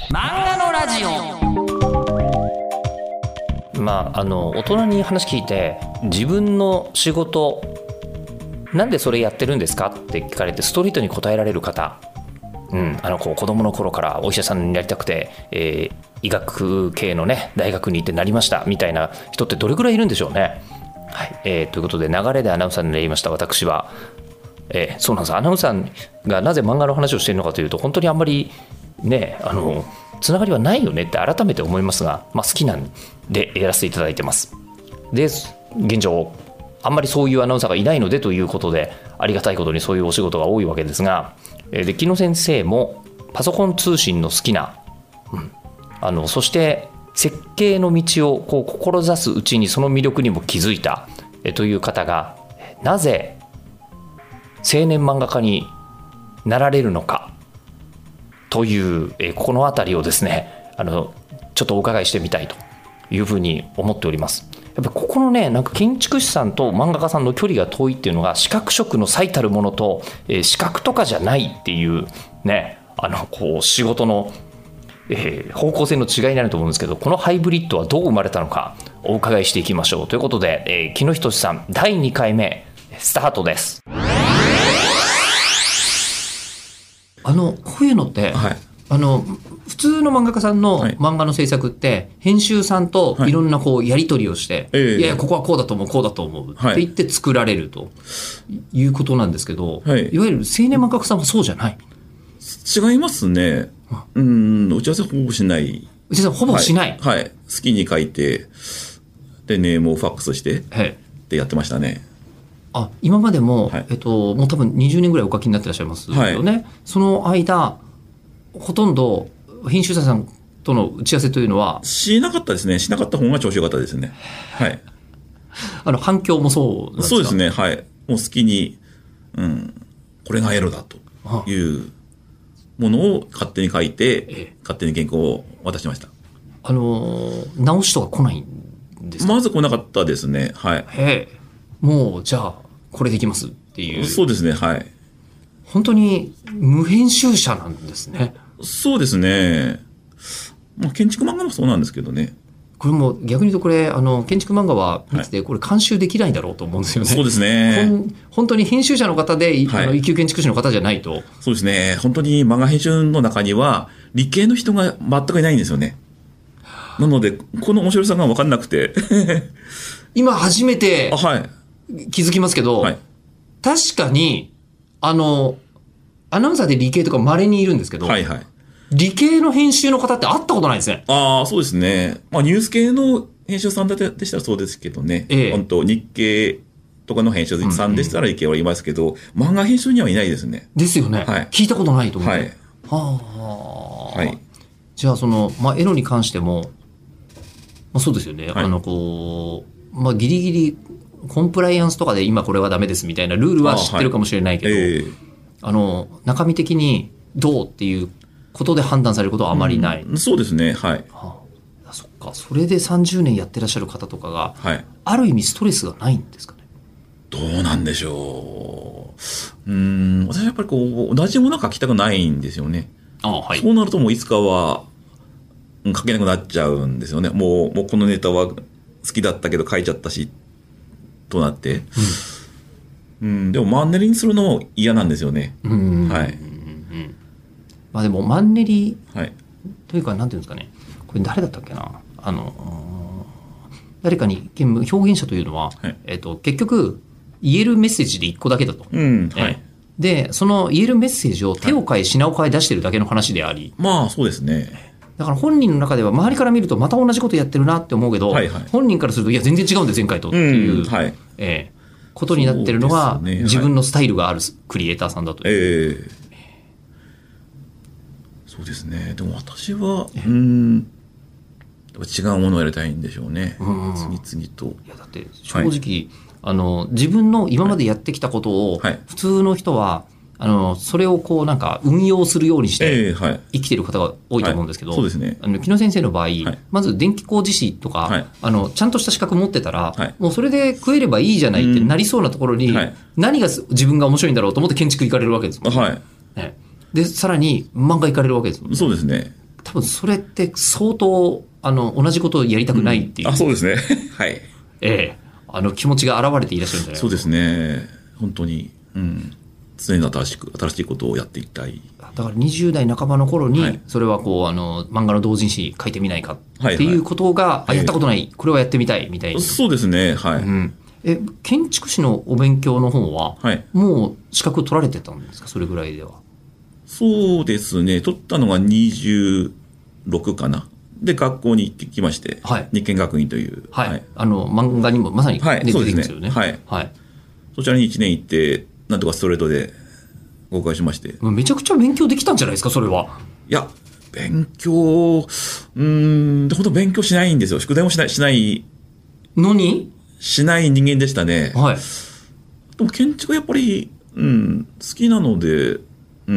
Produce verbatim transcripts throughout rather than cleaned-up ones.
漫画のラジオ。まああの大人に話聞いて、自分の仕事なんでそれやってるんですかって聞かれてストレートに答えられる方、うん、あのこう子供の頃からお医者さんになりたくて、えー、医学系のね大学に行ってなりましたみたいな人ってどれくらいいるんでしょうね。はい、えー、ということで流れでアナウンサーになりました私は、えー、そうなんです。アナウンサーがなぜ漫画の話をしているのかというと、本当にあんまりねあのつながりはないよねって改めて思いますが、まあ、好きなんでやらせていただいてます。で現状あんまりそういうアナウンサーがいないのでということで、ありがたいことにそういうお仕事が多いわけですが、で木野先生もパソコン通信の好きな、うん、あのそして設計の道をこう志すうちにその魅力にも気づいたえという方が、なぜ青年漫画家になられるのかというえこのあたりをですね、あのちょっとお伺いしてみたいというふうに思っております。やっぱここのねなんか建築士さんと漫画家さんの距離が遠いっていうのが、視覚色の最たるものと、えー、視覚とかじゃないっていうね、あのこう仕事の、えー、方向性の違いになると思うんですけど、このハイブリッドはどう生まれたのかお伺いしていきましょうということで、えー、木野仁さんだいにかいめスタートです。あのこういうのって、はい、あの普通の漫画家さんの漫画の制作って、はい、編集さんといろんなこうやり取りをして、はい、いやいやここはこうだと思うこうだと思うって言って作られるということなんですけど、はい、いわゆる青年漫画家さんはそうじゃない。 違いますね。うん、打ち合わせほぼしない。 打ち合わせほぼしない。 はい、はい、好きに書いてでネームをファックスしてでやってましたね。 あ、今までも、はい、えっと、もう多分にじゅうねんぐらいお書きになってらっしゃいますよね、はい、その間ほとんど編集者さんとの打ち合わせというのはしなかったですね。しなかった方が調子良かったですね。はい。 あの反響もそうなんですか。 そうですね。はい。もう好きに、うん、これがエロだというものを勝手に書いて、ええ、勝手に原稿を渡しました。 あの直しとか来ないんですか。 まず来なかったですね。はい。 へえ。もうじゃあこれできますっていう。 そうですね。はい。 本当に無編集者なんですね。 そうですね。まあ、建築漫画もそうなんですけどね。 これも逆に言うとこれあの建築漫画は見ててこれ監修できないだろうと思うんですよね。 はい、そうですね。 本当に編集者の方で、はい、あの一級建築士の方じゃないと。 そうですね。本当に漫画編集の中には理系の人が全くいないんですよね。なのでこの面白さが分かんなくて今初めて気づきますけど、はい、確かにあのアナウンサーで理系とか稀にいるんですけど、はいはい、理系の編集の方って会ったことないですね。 ああ、そうですね。まあ、ニュース系の編集さんでしたらそうですけどね。ええ、本当日経とかの編集さんでしたら理系はいますけど、うんうん、漫画編集にはいないですね。 ですよね。はい、聞いたことないと思って。はい。はあ。はい。じゃあ、その、まあ、エロに関しても、まあ、そうですよね。はい、あの、こう、まあ、ギリギリ、コンプライアンスとかで今これはダメですみたいなルールは知ってるかもしれないけど、あ、はいえー、あの、中身的にどうっていうことで判断されることはあまりない。 うん、そうですね。はい。 はあ、そっか。それでさんじゅうねんやってらっしゃる方とかが、はい、ある意味ストレスがないんですかね。 どうなんでしょう。うーん、私はやっぱりこう、同じもの書きたくないんですよね。ああ、はい。そうなるともういつかは書けなくなっちゃうんですよね。もう、もうこのネタは好きだったけど書いちゃったし、となって。うん、うん、でもマンネリにするのも嫌なんですよね。うん、はい。 まあでもマンネリというかなんていうんですかね、これ誰だったっけな、あの誰かに表現者というのは、はい、えっと結局言えるメッセージでいっこだけだと、うんはい、でその言えるメッセージを手を変え品を変え出してるだけの話であり、 まあそうですね。 だから本人の中では周りから見るとまた同じことやってるなって思うけど、はいはい、本人からするといや全然違うんだ前回とっていう、うんはいえー、ことになってるのが、ね、自分のスタイルがあるクリエイターさんだという、はいえー、 そうですね。でも私はうん違うものをやりたいんでしょうね。うん次々と。 いやだって正直、はい、あの自分の今までやってきたことを、はい、普通の人はあのそれをこうなんか運用するようにして生きてる方が多いと思うんですけど、 はいはいそうですね、 あの木野先生の場合、はい、まず電気工事士とか、はい、あのちゃんとした資格持ってたら、はい、もうそれで食えればいいじゃないってなりそうなところに、はい、何が自分が面白いんだろうと思って建築行かれるわけですもん、はいね、でさらに漫画行かれるわけですもんね。 そうですね。 多分それって相当あの同じことをやりたくないっていう、 うん、あそうですねはいええあの気持ちが現れていらっしゃるんじゃないかそうですね本当に、うん、常に新しく新しいことをやっていきたい。 だからにじゅう代半ばの頃に、 はい、 それはこうあの漫画の同人誌書いてみないかっていうことが、はいはい、あやったことない、えー、これはやってみたいみたいな。 そうですねはい、うん、 え建築士のお勉強の方は、 はい、 もう資格取られてたんですか、それぐらいでは。 そうですね取ったのがにじゅうろくかなで学校に行ってきまして、はい、日建学院という、 はいはい、あの漫画にもまさに、ねはい、出てきますよね。 はい、はい、そちらにいちねん行ってなんとかストレートで合格しまして。 めちゃくちゃ勉強できたんじゃないですかそれは。 いや勉強うーん本当勉強しないんですよ。宿題もしないしないのにしない人間でしたね。 はい。 でも建築はやっぱり、うん、好きなので、うん、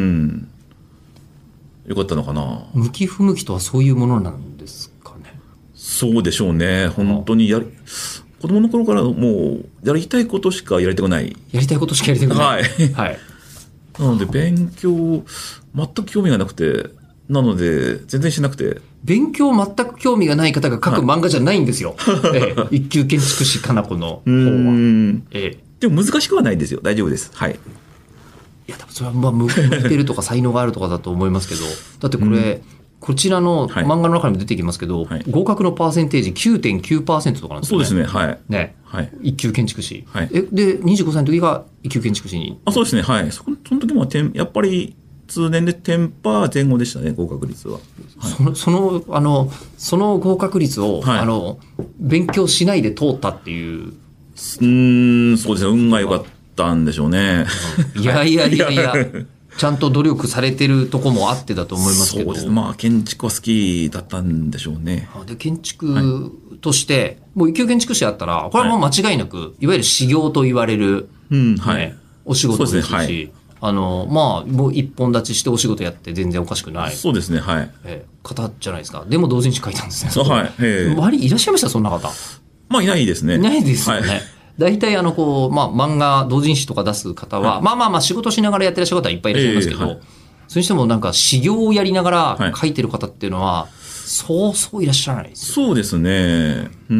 よかったのかな。 向き不向きとはそういうものなんですかね。 そうでしょうね。本当にやり子供の頃からもうやりたいことしかやりたくない。 やりたいことしかやりたくない。 はい。はい。なので勉強全く興味がなくて、なので全然しなくて。 勉強全く興味がない方が書く漫画じゃないんですよ。はいええ、一級建築士かな子の方は。うんええ、でも難しくはないんですよ。大丈夫です。はい。 いや、多分それはまあ向いてるとか才能があるとかだと思いますけど、だってこれ、こちらの漫画の中にも出てきますけど、はい、合格のパーセンテージ きゅうてんきゅうパーセント とかなんですよね。 そうですね。はい。 ね。はい。一級建築士。 はい。 え、で、にじゅうごさいの時が一級建築士に。 あ、そうですね。はい。そ, その時もやっぱり通年でテンパー前後でしたね、合格率は。はい、 その、その、あの、その合格率を、はい、あの、勉強しないで通ったっていう。 うーん、そうですね。運が良かったんでしょうね。 いやいやいやいや。ちゃんと努力されてるとこもあってだと思いますけど。 そうです。まあ、建築は好きだったんでしょうね。 で、建築として、はい、もう一級建築士あったら、これはもう間違いなく、はい、いわゆる修行と言われる、 うんはいね、 お仕事ですし、 そうですねはい、 あの、まあ、もう一本立ちしてお仕事やって全然おかしくない。 そうですね、はい。 え方じゃないですか。でも同人誌書いたんですね。 そう、はい。 周りいらっしゃいましたそんな方。 まあ、いないですね。 いないですよね。はい大体あのこう、まあ、漫画同人誌とか出す方は、はい、まあまあまあ仕事しながらやってらっしゃる方はいっぱいいらっしゃいますけど、えーはい、それにしてもなんか修行をやりながら書いてる方っていうのは、はい、そうそういらっしゃらないですよ。 そうですね。うん。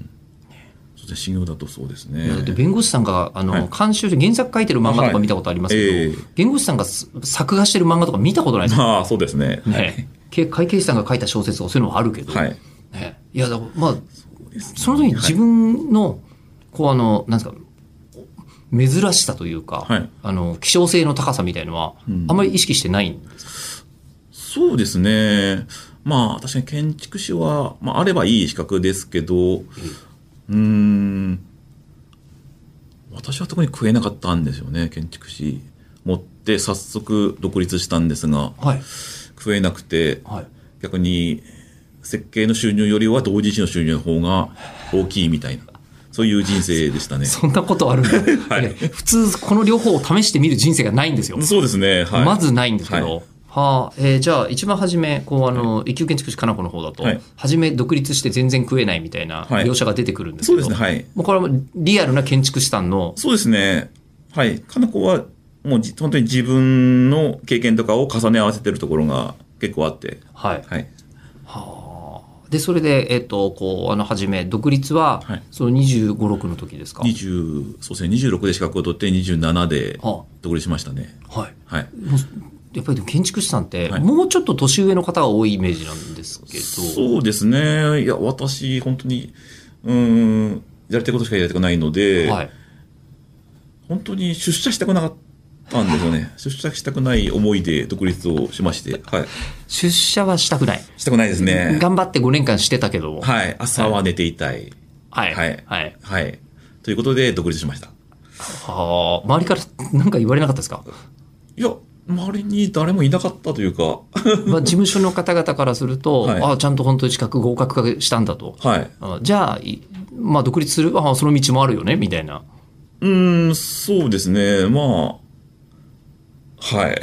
そうです修行だとそうですね。 だって弁護士さんがあの、はい、監修で原作書いてる漫画とか見たことありますけど、はいえー、弁護士さんが作画してる漫画とか見たことないですよ。ああ、そうですね。 ね会計士さんが書いた小説とかそういうのはあるけど、はいね、いやだからまあ そ,、その時に自分の、はいこうあのなんですか珍しさというか、はい、あの希少性の高さみたいのは、うん、あんまり意識してないんですか。 そうですね。まあ確かに建築士は、まあ、あればいい資格ですけど、うーん私は特に食えなかったんですよね。建築士持って早速独立したんですが、はい、食えなくて、はい、逆に設計の収入よりは同人誌の収入の方が大きいみたいな。そういう人生でしたね。 そんなことあるんだ、はい、普通この両方を試してみる人生がないんですよ。 そうですね、はい、 まずないんですけど、はいはあえー、じゃあ一番初めこうあの、はい、一級建築士かな子の方だと、はい、初め独立して全然食えないみたいな描写が出てくるんですけど、はい、そうですね、はい、もうこれはリアルな建築士さんのそうですねはいかな子はもう本当に自分の経験とかを重ね合わせてるところが結構あってはい、はいはあでそれで、えっと、こうあの初め独立は、はい、そのにじゅうご、ろくの時ですか。 にじゅうそうですねにじゅうろくで資格を取ってにじゅうななで独立しましたね。 はい、 はい、 やっぱり建築士さんって、はい、もうちょっと年上の方が多いイメージなんですけど。 そうですねいや私本当にうーんやりたいことしかやりたくないので、はい、本当に出社したくなかったなんですよね。出社したくない思いで独立をしまして、はい、 出社はしたくないしたくないですね。 頑張ってごねんかんしてたけども、 はい、朝は寝ていたい、 はいはいはいはい、ということで独立しました。 はあ、周りから何か言われなかったですか。 いや周りに誰もいなかったというかまあ事務所の方々からすると、はい、あちゃんと本当に資格合格したんだと、はい、あじゃあ、まあ、独立するあその道もあるよねみたいな。 うーんそうですねまあはい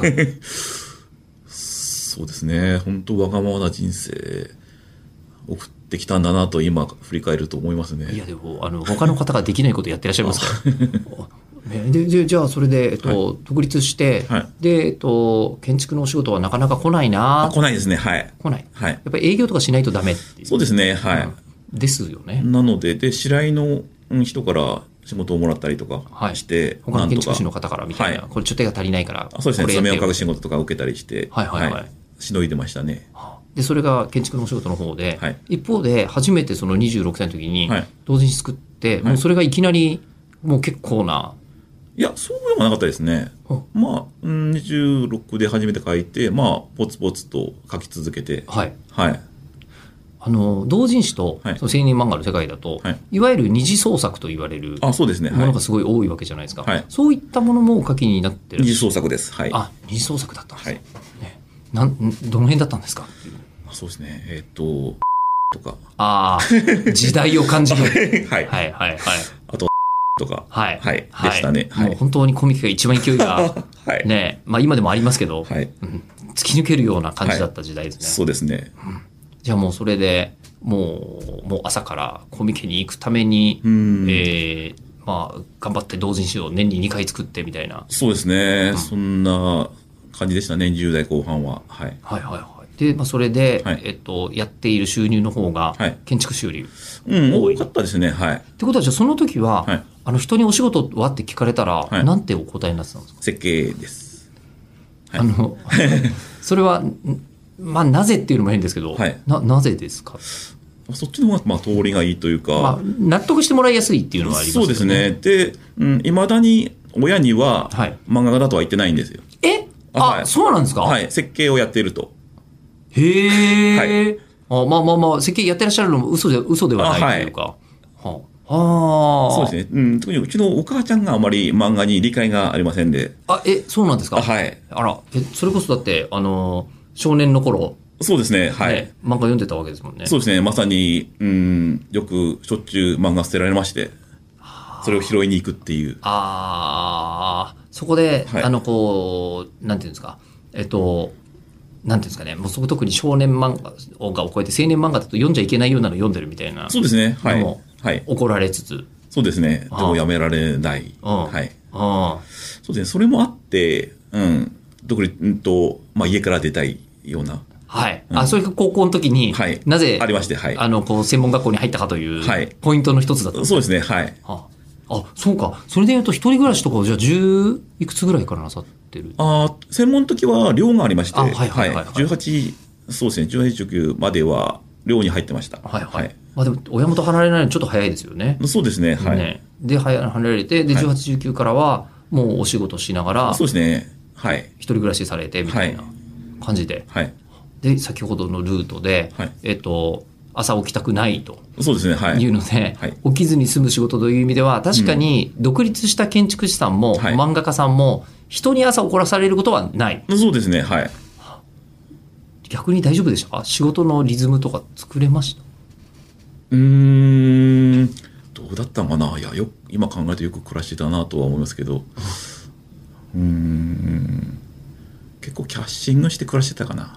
そうですね本当わがままな人生送ってきたんだなと今振り返ると思いますね。 いやでもあの他の方ができないことやってらっしゃいますからででじゃあそれで、えっとはい、独立して、はい、で、えっと、建築のお仕事はなかなか来ないな。 来ないですね。はい。 来ない。 はい。 やっぱり営業とかしないとダメっていう。 そうですね。はい。 うん、ですよね。 なので、で、白井の人から仕事をもらったりとかして、はい、 他の建築士の方からみたいな、はい、これちょっと手が足りないから。 そうですね。爪を嗅ぐ仕事とか受けたりして、 はいはいはい。はい、 しのいでましたね。 で、それが建築のお仕事の方で、 はい、 一方で、初めてそのにじゅうろくさいの時に、同人誌作って、はい、もうそれがいきなり、もう結構な、 いや、そうでもなかったですね。まあ、にじゅうろくで初めて書いて、まあ、ポツポツと書き続けて。 はい。 はい。 あの、同人誌と、はい、その青年漫画の世界だと、はい、いわゆる二次創作と言われる、 あ、そうですね。 ものがすごい多いわけじゃないですか。 はい。 そういったものもお書きになってる。 二次創作です。はい。 あ、二次創作だったんですか。 はい。 ね、なん、どの辺だったんですか。 あ、そうですね。えっと、とか。 ああ、時代を感じる。 はい。 はいはいはい。 あと、とか。 はい。 はい。でしたね。 はい。もう本当にコミックが一番勢いが、はい。ね、まあ今でもありますけど、 はい。 うん、突き抜けるような感じだった時代ですね。 そうですね。 うん、じゃあもうそれで、もう、もう朝からコミケに行くために、えー、まあ、頑張って同人誌を年ににかい作ってみたいな。 そうですね。うん、そんな感じでしたね、じゅう代後半は。はい。 はいはいはい。で、まあ、それで、はい、えっと、やっている収入の方が、建築収入、 はい、うん、多かったですね。はい。 ってことは、じゃあその時は、はい、あの、人にお仕事はって聞かれたら、はい、なんてお答えになってたんですか？ 設計です。 はい、あの、それは、まあ、なぜっていうのも変ですけど、はい、な、なぜですか？ そっちの方が、まあ、通りがいいというか、 まあ、納得してもらいやすいっていうのはありますよね。 そうですね。で、うん、未だに親には、はい、漫画家だとは言ってないんですよ。 えあ、はい、そうなんですか？ はい。設計をやっていると。 へえ、はい。あ、まあまあまあ、設計やってらっしゃるのも嘘で、嘘ではないというか。あ、はい、はあ。 そうですね。うん。特にうちのお母ちゃんがあまり漫画に理解がありませんで。 あ、え、そうなんですか？ はい。 あら、え、それこそだって、あの、少年の頃。 そうですね。はい、 ね。漫画読んでたわけですもんね。 そうですね。まさに、うん、よくしょっちゅう漫画捨てられまして、それを拾いに行くっていう。 ああ、そこで、はい、あの、こう、なんていうんですか。えっと、なんていうんですかね、もうそこ特に少年漫画を超えて青年漫画だと読んじゃいけないようなの読んでるみたいな。 そうですね。はい。はい。 怒られつつ。 そうですね。でもやめられない。はい。 あそうですね。それもあって、うん。特に、うんと、まあ家から出たいような。 はい。うん、あ、それが高校の時に、はい、なぜ、 ありまして、はい。 あの、こう、専門学校に入ったかという、はい。ポイントの一つだったんです。 そうですね。はい。 ああ、そうか。それで言うと、一人暮らしとかじゃあ、十いくつぐらいからなさってる？ ああ、専門の時は寮がありまして、 はいはいはい、はい。 じゅうはち、そうですね、じゅうはち、じゅうきゅうまでは寮に入ってました。 はいはい。はい、まあでも、親元離れないのちょっと早いですよね。 そうですね、はい。 ね、で、離れられて、で、じゅうはち、じゅうきゅうからは、もうお仕事しながら、 そうですね、はい。 一人暮らしされて、みたいな感じで。 はい。 で、先ほどのルートで、はい、えっと、朝起きたくないと。 そうですね、はい。 いうので、はい、起きずに済む仕事という意味では、確かに独立した建築士さんも、うん、漫画家さんも、人に朝怒らされることはない。 そうですね、はい。 逆に大丈夫でしたか？仕事のリズムとか作れました？ うーん、どうだったのかな。いや、よ今考えるとよく暮らしてたなとは思いますけど、うーん、結構キャッシングして暮らしてたかな。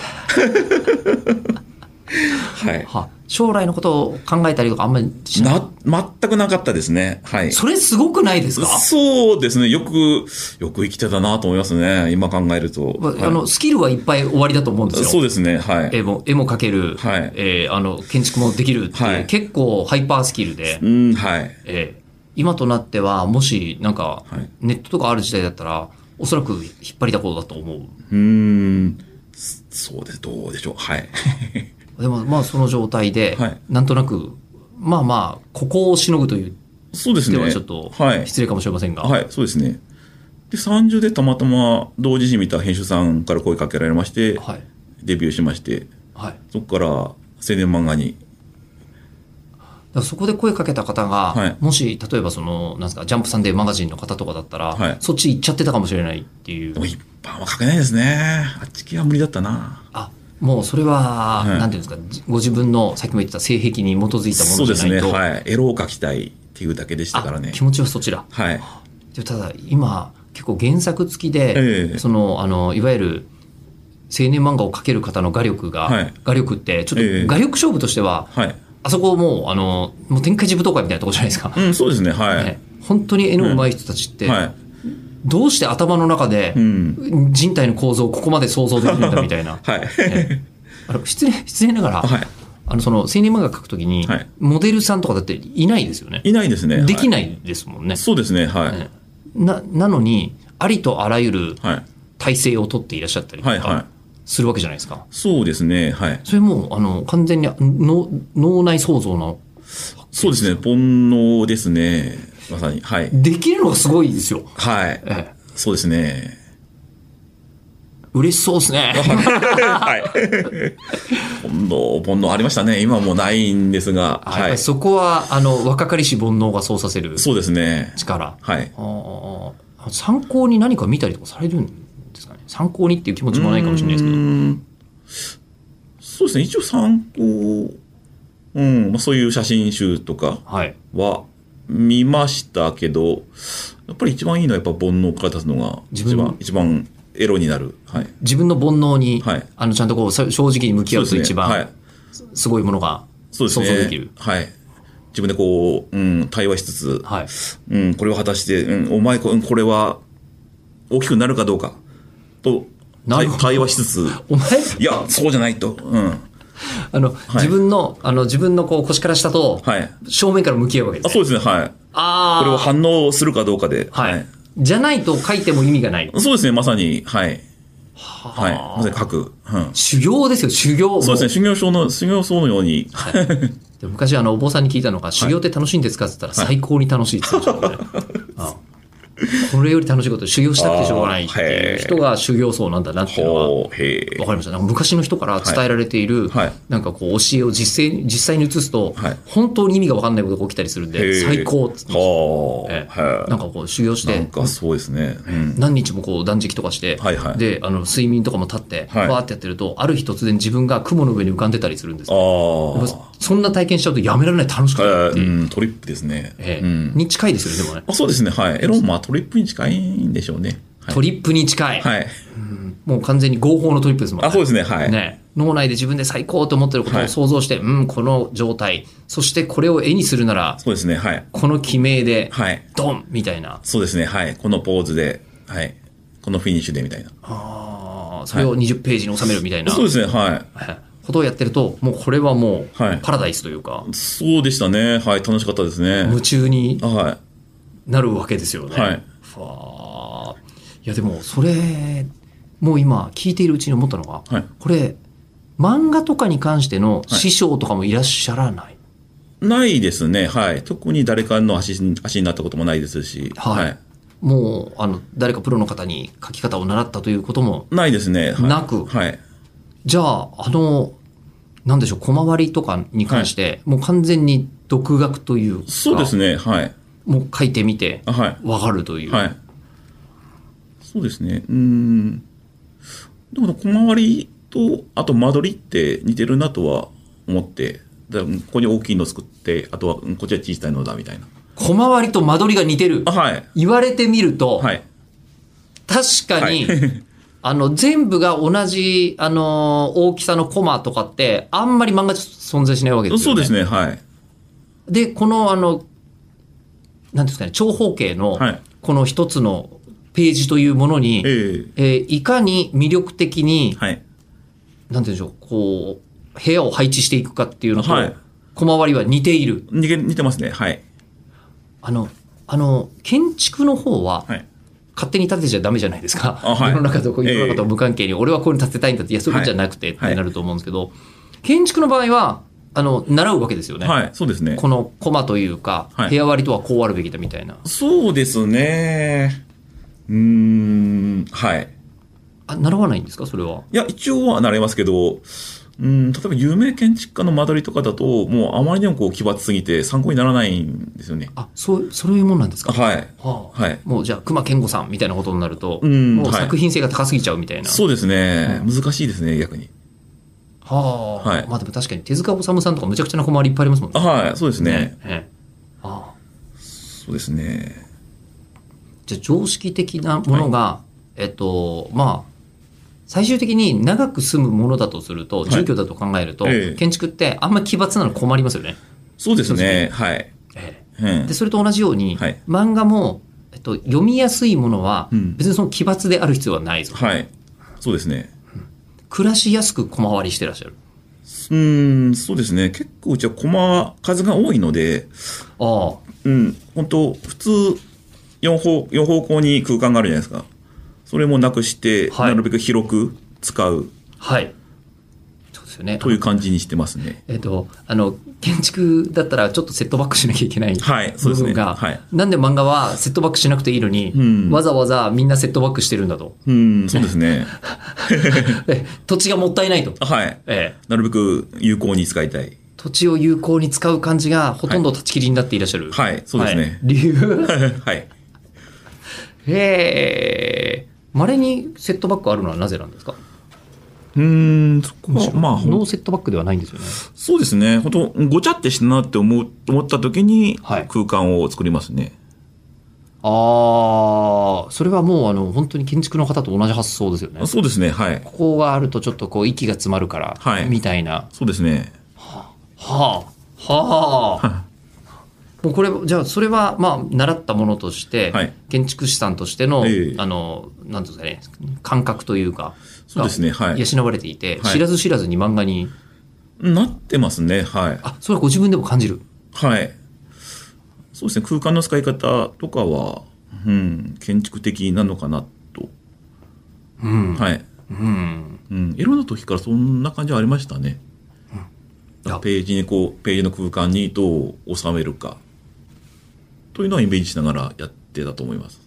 はい、 は将来のことを考えたりとかあんまりしない？ な全くなかったですね。はい。 それすごくないですか？ そうですね。よくよく生きてたなと思いますね。今考えると、 まあ、あのスキルはいっぱい終わりだと思うんですよ。 そうですね。はい。 絵も絵も描ける、はい、えー、あの建築もできるっていう、はい、結構ハイパースキルで、 うん、はい。 えー、今となってはもしなんか、はい、ネットとかある時代だったらおそらく引っ張りだこだと思う。 うーん。そうです。どうでしょう。はい。 でもまあその状態で、はい、なんとなくまあまあここをしのぐというそうですね。 ではちょっと失礼かもしれませんが、 はい、はい、そうですね。でさんじゅうでたまたま同時に見た編集さんから声かけられまして、はい、デビューしまして、はい、そこから青年漫画に。 だからそこで声かけた方が、はい、もし例えばそのなんですかジャンプサンデーマガジンの方とかだったら、はい、そっち行っちゃってたかもしれないっていう。 でも一般は書けないですね。あっち系は無理だったな。 あ、もうそれは、はい、なんていうんですか、ご自分のさっきも言ってた性癖に基づいたものじゃないと。そうですね、 はい。エロを描きたいっていうだけでしたからね。 気持ちはそちら。 はい。 ただ今結構原作付きで、えー、そのあのいわゆる青年漫画を描ける方の画力が、はい、画力ってちょっと画力勝負としては、えーはい、あそこもうあのもう天下一武闘会みたいなところじゃないですか。 うん、そうですね、はい。ね、 本当に絵の上手い人たちって、 うんはい、 どうして頭の中で人体の構造をここまで想像できるんだみたいな。はいえあの失礼、失礼ながら、はい、あのその青年漫画描くときに、はい、モデルさんとかだっていないですよね。 いないですね。 できないですもんね。はい、 そうですね。はい。 ね、な, なのに、ありとあらゆる体制をとっていらっしゃったりとかするわけじゃないですか。はいはい、 そうですね。はい。 それもあの完全にの脳内創造の。 そうですね。煩悩ですね。まさに。はい。 できるのがすごいですよ。 はい。ええ、そうですね。 嬉しそうですね。 はい。煩悩、煩悩ありましたね。今はもうないんですが。 はい。そこは、あの、若かりし煩悩がそうさせる。 そうですね。 力。 はい。 あ参考に何か見たりとかされるんですかね。参考にっていう気持ちもないかもしれないですけど。うそうですね。一応参考、うん、まあ、そういう写真集とかは見ましたけど、はい、やっぱり一番いいのはやっぱ煩悩から出すのが一番、一番エロになる。はい、 自分の煩悩に、はい、あのちゃんとこう正直に向き合うと一番、ねはい、すごいものが想像できる。 はい。自分でこう、うん、対話しつつ、はいうん、これを果たして、うん、お前こ、これは大きくなるかどうかと対話しつつ、 お前いや、そうじゃないと。うんあの、はい、自分の、あの、自分のこう腰から下と、正面から向き合うわけです、ね。 あ、そうですね、はい。あこれを反応するかどうかで。 はい。はい、じゃないと書いても意味がない。 そうですね、まさに、はい。は、はい。まさに書く、 うん。修行ですよ、修行。 そうですね、修行僧の、修行僧のように。はい、 で昔、あの、お坊さんに聞いたのが、修行って楽しいんですかって言ったら、最高に楽しいって言ってましたね。はいあこれより楽しいこと修行したってしょうがないっていう人が修行僧なんだなっていうのが分かりました。なんか昔の人から伝えられているなんかこう教えを実際、実際に移すと本当に意味が分かんないことが起きたりするんで最高って言ってました。なんかこう修行してそうですね、うん、 何日もこう断食とかして、はいはい、であの睡眠とかも立ってバーってやってるとある日突然自分が雲の上に浮かんでたりするんです、ね、あそんな体験しちゃうとやめられない楽しくてっていう、 うん、トリップですね、 えーうん、に近いですよねでもね。 あそうですねはいエロンマトリップに近いんでしょうね、 はい、トリップに近い、 はいうん、もう完全に合法のトリップですもんね。 あそうですねはいね脳内で自分で最高と思ってることを想像して、はい、うんこの状態そしてこれを絵にするならそうですねはいこの記名で、はい、ドンみたいなそうですねはいこのポーズではいこのフィニッシュでみたいなあそれをにじゅっページに収めるみたいな、 はい、そうですねはいことをやってるともうこれはもうパラダイスというか、はい、 そうでしたねはい楽しかったですね。 夢中になるわけですよね。 はいわいやでもそれもう今聞いているうちに思ったのが、はい、これ漫画とかに関しての師匠とかもいらっしゃらない、はい、 ないですねはい特に誰かの足に、足になったこともないですし、 はいはい、もうあの誰かプロの方に書き方を習ったということもないですね、はい、 なく、 はい、 じゃああのなんでしょう小回りとかに関して、はい、もう完全に独学というかそうですねはいもう書いてみて分かるという、 はいはい、そうですねうんでも小回りとあと間取りって似てるなとは思ってだここに大きいの作ってあとはこっちは小さいのだみたいな小回りと間取りが似てる、 はい、 言われてみると、はい、確かに、はい、あの全部が同じあの大きさのコマとかってあんまり漫画存在しないわけですよね。 そうですねはいでこのあのなんですかね長方形のこの一つのページというものに、はいえーえー、いかに魅力的に、はい、なんていうんでしょうこう部屋を配置していくかっていうのと、はい、小回りは似ている。 似て、似てますねはいあのあの建築の方は、はい、勝手に建てちゃダメじゃないですか、はい、世の中と世の中と無関係に、えー、俺はこういうの建てたいんだっていやそれじゃなくてってなると思うんですけど、はいはい、建築の場合はあの習うわけですよね。 はいそうですねこのコマというか、はい、部屋割りとはこうあるべきだみたいな。 そうですねうーんはいあ習わないんですかそれは。 いや一応は習いますけどうん例えば有名建築家の間取りとかだともうあまりにもこう奇抜すぎて参考にならないんですよね。 あそうそういうもんなんですか。 はい、 はあはい、もうじゃあ隈研吾さんみたいなことになると、うん、もう作品性が高すぎちゃうみたいな、はい、 そうですね、うん、難しいですね逆に。 はあ、はい、まあでも確かに手塚治虫さんとかむちゃくちゃな小回りいっぱいありますもんね。 はいそうですね、ねねはあ、 そうですね。 じゃあ常識的なものが、はい、えっとまあ最終的に長く住むものだとすると、住居だと考えると、はいええ、建築ってあんまり奇抜なの困りますよね。 そうですねはい、 ええ、 うん、 でそれと同じように、 はい、 漫画も、えっと、読みやすいものは別にその奇抜である必要はないぞ、 はい、そうですね。 暮らしやすく小回りしてらっしゃる。 うーん、そうですね。結構うちはコマ数が多いので、 ああ、 うん、本当普通よん方、よん方向に空間があるじゃないですか。それもなくして、はい、なるべく広く使う。 はい。そうですよね。 という感じにしてますね。 えっと、あの、建築だったらちょっとセットバックしなきゃいけない部分が、はい、そうですね。はい、なんで漫画はセットバックしなくていいのに、うん、わざわざみんなセットバックしてるんだと。 うん、そうですね。 土地がもったいないと。 はい、ええ。なるべく有効に使いたい。 土地を有効に使う感じがほとんど断ち切りになっていらっしゃる。 はい、はい、そうですね。はい、 理由はい。 へえ。稀にセットバックあるのはなぜなんですか？ うーん、そこは、まあ、 ノーセットバックではないんですよね。 そうですね。本当ごちゃってしたなって思う、思った時に、空間を作りますね。 はい、ああ、それはもう、あの、本当に建築の方と同じ発想ですよね。 そうですね。はい。 ここがあるとちょっとこう、息が詰まるから、はい、みたいな。 そうですね。 はあ、はあ、はあ。もうこれ、じゃあ、それは、まあ、習ったものとして、はい、建築士さんとしての、えー、あの、なんていうんですかね、感覚というか、 そうですね、はい。 養われていて、はい、知らず知らずに漫画になってますね、はい。 あ、それはご自分でも感じる。 はい。そうですね、空間の使い方とかは、うん、建築的なのかなと。 うん。 はい。 うん。 うん。いろんな時からそんな感じはありましたね。うん、ページにこう、ページの空間にどう収めるか。というのはイメージしながらやってたと思います。 うん。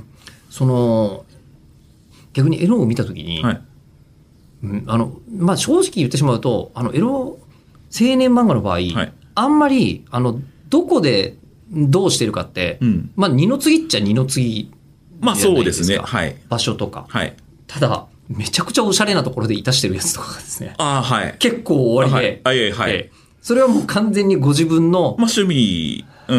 その、逆にエロを見たときに、はい、うん、あの、まあ、正直言ってしまうと、あの、エロ、青年漫画の場合、はい、あんまり、あの、どこでどうしてるかって、うん、まあ、二の次っちゃ二の次じゃないですか。 まあ、そうですね。はい。 場所とか。 はい。 ただ、めちゃくちゃおしゃれなところでいたしてるやつとかがですね。 ああ、はい。 結構終わりで。 はい。はい。はい。 それはもう完全にご自分の。 まあ、趣味、うん、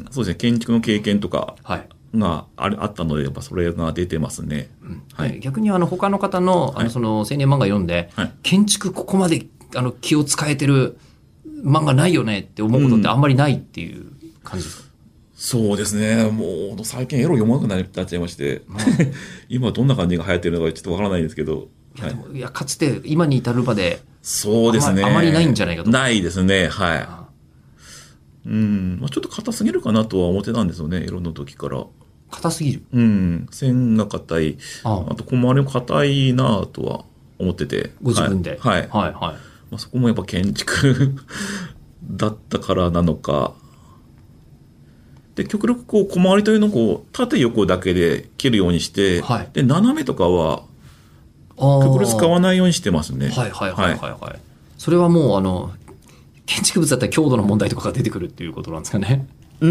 そうですね。建築の経験とか。はい。があったので、やっぱそれが出てますね。 うんはい、逆にあの他の方の、あのその青年漫画読んで、はい、建築ここまであの気を使えてる漫画ないよねって思うことってあんまりないっていう感じですか？うん、 そうですね。もう最近エロ読まなくなっちゃいまして、うん、今どんな感じが流行ってるのかちょっとわからないんですけど。 いや、でもいやかつて今に至るまで、 そうですね。 あまりないんじゃないかと。 ないですね。はい。うん、まあ、ちょっと硬すぎるかなとは思ってたんですよね。エロの時から。 硬すぎる。 うん。線が硬い。ああと、小回りも硬いなとは思ってて。 ご自分で。 はい。 はい。はい。 まあ、そこもやっぱ建築だったからなのか。で、極力こう、小回りというのをこう、縦横だけで切るようにして、はい、で、斜めとかは、極力使わないようにしてますね。 はいはいはいはい、はい。それはもう、あの、建築物だったら強度の問題とかが出てくるっていうことなんですかね。 うん、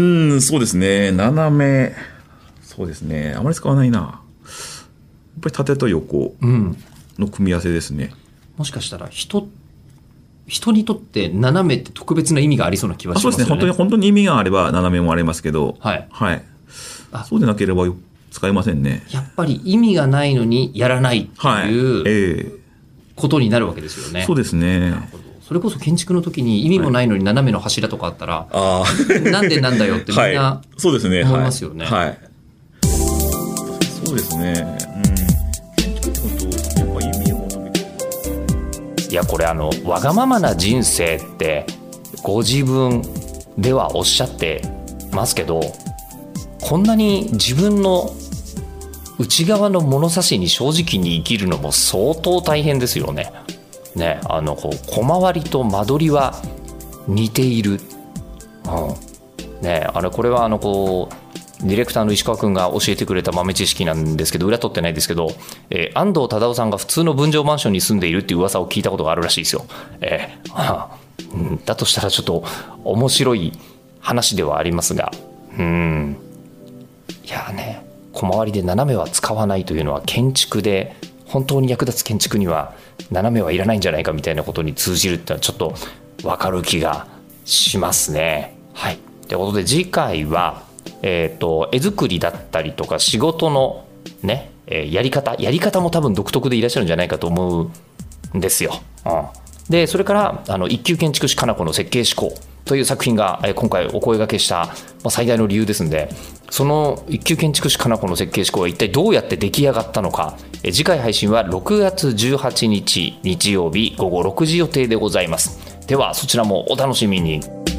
そうですね。斜め。そうですね。あまり使わないな。やっぱり縦と横の組み合わせですね。うん、 もしかしたら人、人にとって斜めって特別な意味がありそうな気はしますよね。 そうですね。本当に、本当に意味があれば斜めもありますけど、はい。はい。あ、そうでなければ使えませんね。 やっぱり意味がないのにやらないっていうことになるわけですよね。 はい、えー、そうですね。 なるほど。それこそ建築の時に意味もないのに斜めの柱とかあったら、はい、なんでなんだよってみんな思いますよね。 はい。はい、そうですね。うん。建築ってことやっぱ意味を求めてる。 いやこれあのわがままな人生ってご自分ではおっしゃってますけど、こんなに自分の内側の物差しに正直に生きるのも相当大変ですよね。ね、あのこう小回りと間取りは似ている、うんね、あれこれはあのこうディレクターの石川君が教えてくれた豆知識なんですけど、裏取ってないですけど、えー、安藤忠雄さんが普通の分譲マンションに住んでいるっていう噂を聞いたことがあるらしいですよ。えーあうん、だとしたらちょっと面白い話ではありますが、うんいやね、小回りで斜めは使わないというのは建築で本当に役立つ建築には斜めはいらないんじゃないかみたいなことに通じるってのはちょっと分かる気がしますね。はい。ということで次回は、えーと、絵作りだったりとか仕事のね、えー、やり方やり方も多分独特でいらっしゃるんじゃないかと思うんですよ。うん、でそれからあの一級建築士かな子の設計思考という作品が今回お声掛けした最大の理由ですので、その一級建築士かな子の設計思考は一体どうやって出来上がったのか、次回配信はろくがつじゅうはちにち日曜日ごごろくじ予定でございます。ではそちらもお楽しみに。